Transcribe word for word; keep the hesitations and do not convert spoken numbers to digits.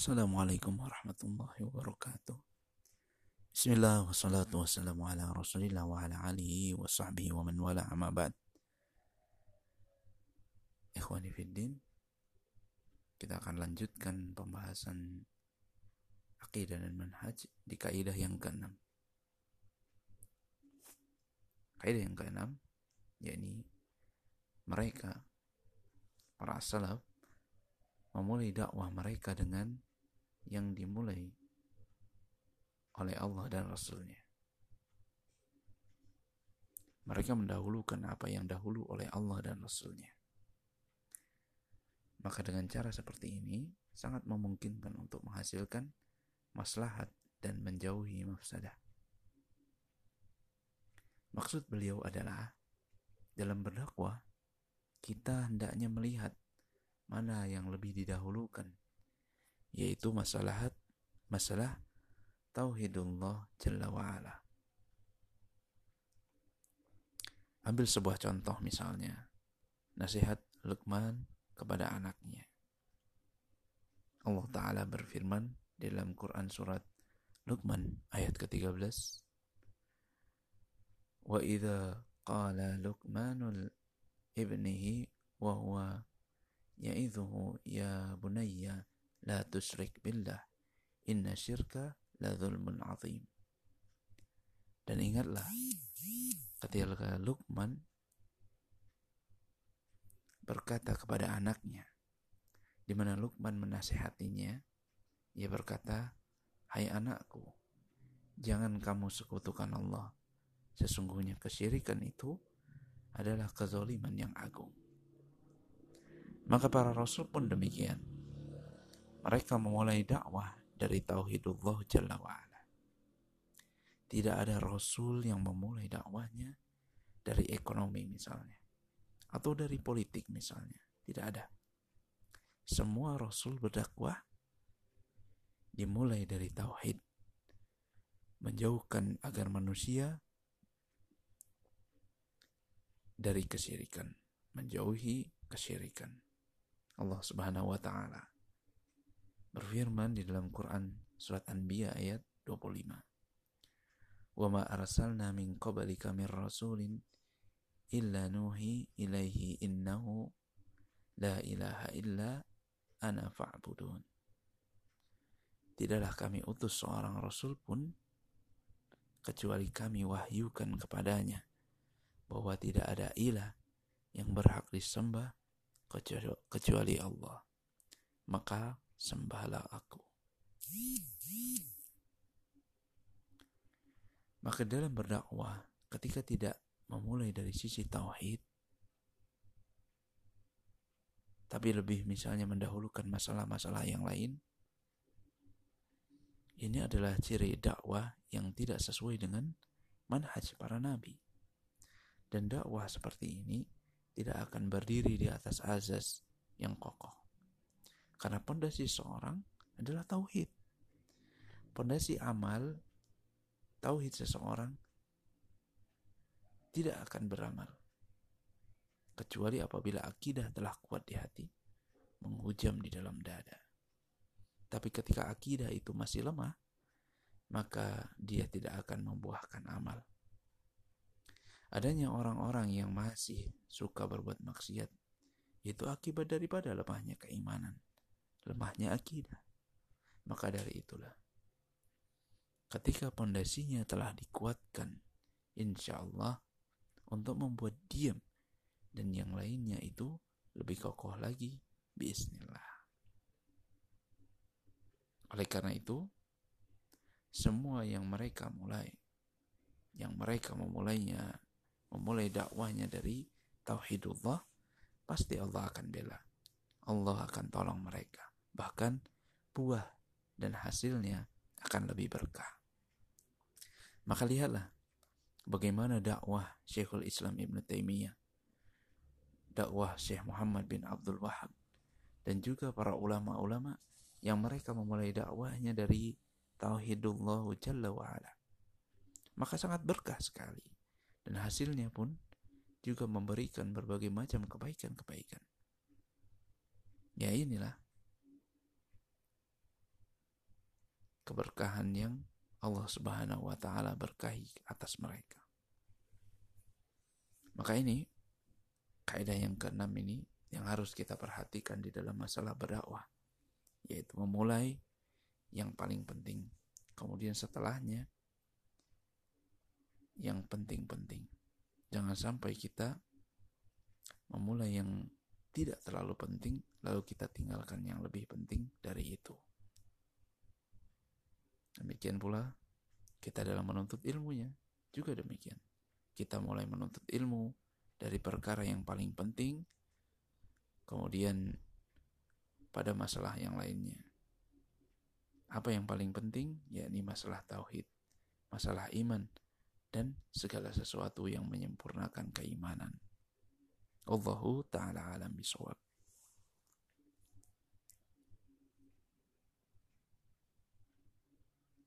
Assalamualaikum warahmatullahi wabarakatuh. Bismillah wassalatu wassalamu ala rasulillah wa ala alihi wa sahbihi wa man wala amma ba'd. Ikhwani fiddin, kita akan lanjutkan pembahasan akidah dan manhaj di kaidah yang keenam. Kaidah yang keenam, yakni mereka para salaf memulai dakwah mereka dengan yang dimulai oleh Allah dan Rasulnya. Mereka mendahulukan apa yang dahulu oleh Allah dan Rasulnya. Maka dengan cara seperti ini sangat memungkinkan untuk menghasilkan maslahat dan menjauhi mafsadah. Maksud beliau adalah dalam berdakwah kita hendaknya melihat mana yang lebih didahulukan, yaitu masalah masalah tauhidullah jalla wa'ala. Ambil sebuah contoh, misalnya nasihat Luqman kepada anaknya. Allah Ta'ala berfirman di dalam Quran surat Luqman ayat ke tiga belas, wa idza qala Luqmanul ibnihi wa huwa ya'idhuhu ya bunayya la tusyrik billah inna syirka la zulmun azim. Dan ingatlah ketika Luqman berkata kepada anaknya, di mana Luqman menasihatinya, ia berkata, hai anakku, jangan kamu sekutukan Allah, sesungguhnya kesyirikan itu adalah kezaliman yang agung. Maka para rasul pun demikian. Mereka memulai dakwah dari tauhidullah jalla wa'ala. Tidak ada rasul yang memulai dakwahnya dari ekonomi misalnya, atau dari politik misalnya. Tidak ada. Semua rasul berdakwah dimulai dari tauhid, menjauhkan agar manusia dari kesyirikan, menjauhi kesyirikan. Allah Subhanahu wa taala berfirman di dalam Quran surat Anbiya ayat dua puluh lima. Wa ma arsalna min qablika min rasulin illa nuhi ilaihi innahu la ilaha illa ana fa'budun. Tidaklah kami utus seorang rasul pun kecuali kami wahyukan kepadanya bahwa tidak ada ilah yang berhak disembah kecuali Allah, maka sembahlah aku. Maka dalam berdakwah, ketika tidak memulai dari sisi tauhid, tapi lebih misalnya mendahulukan masalah-masalah yang lain, ini adalah ciri dakwah yang tidak sesuai dengan manhaj para nabi. Dan dakwah seperti ini tidak akan berdiri di atas azas yang kokoh. Karena pondasi seorang adalah tauhid. Pondasi amal, tauhid seseorang tidak akan beramal kecuali apabila akidah telah kuat di hati, menghujam di dalam dada. Tapi ketika akidah itu masih lemah, maka dia tidak akan membuahkan amal. Adanya orang-orang yang masih suka berbuat maksiat, itu akibat daripada lemahnya keimanan, lemahnya akidah. Maka dari itulah, ketika pondasinya telah dikuatkan, insya Allah, untuk membuat diam, dan yang lainnya itu lebih kokoh lagi, biiznillah. Oleh karena itu, semua yang mereka mulai, yang mereka memulainya, memulai dakwahnya dari tauhidullah, pasti Allah akan bela. Allah akan tolong mereka. Bahkan buah dan hasilnya akan lebih berkah. Maka lihatlah bagaimana dakwah Syekhul Islam Ibn Taimiyah, dakwah Syekh Muhammad bin Abdul Wahab, dan juga para ulama-ulama yang mereka memulai dakwahnya dari tauhidullah jalla wa'ala. Maka sangat berkah sekali. Dan hasilnya pun juga memberikan berbagai macam kebaikan-kebaikan. Ya inilah keberkahan yang Allah Subhanahu wa taala berkahi atas mereka. Maka ini kaidah yang keenam ini yang harus kita perhatikan di dalam masalah berdakwah, yaitu memulai yang paling penting, kemudian setelahnya yang penting-penting. Jangan sampai kita memulai yang tidak terlalu penting lalu kita tinggalkan yang lebih penting dari itu. Demikian pula kita dalam menuntut ilmunya juga demikian. Kita mulai menuntut ilmu dari perkara yang paling penting, kemudian pada masalah yang lainnya. Apa yang paling penting? Yakni masalah tauhid, masalah iman, dan segala sesuatu yang menyempurnakan keimanan. Allahu ta'ala alam bisawab.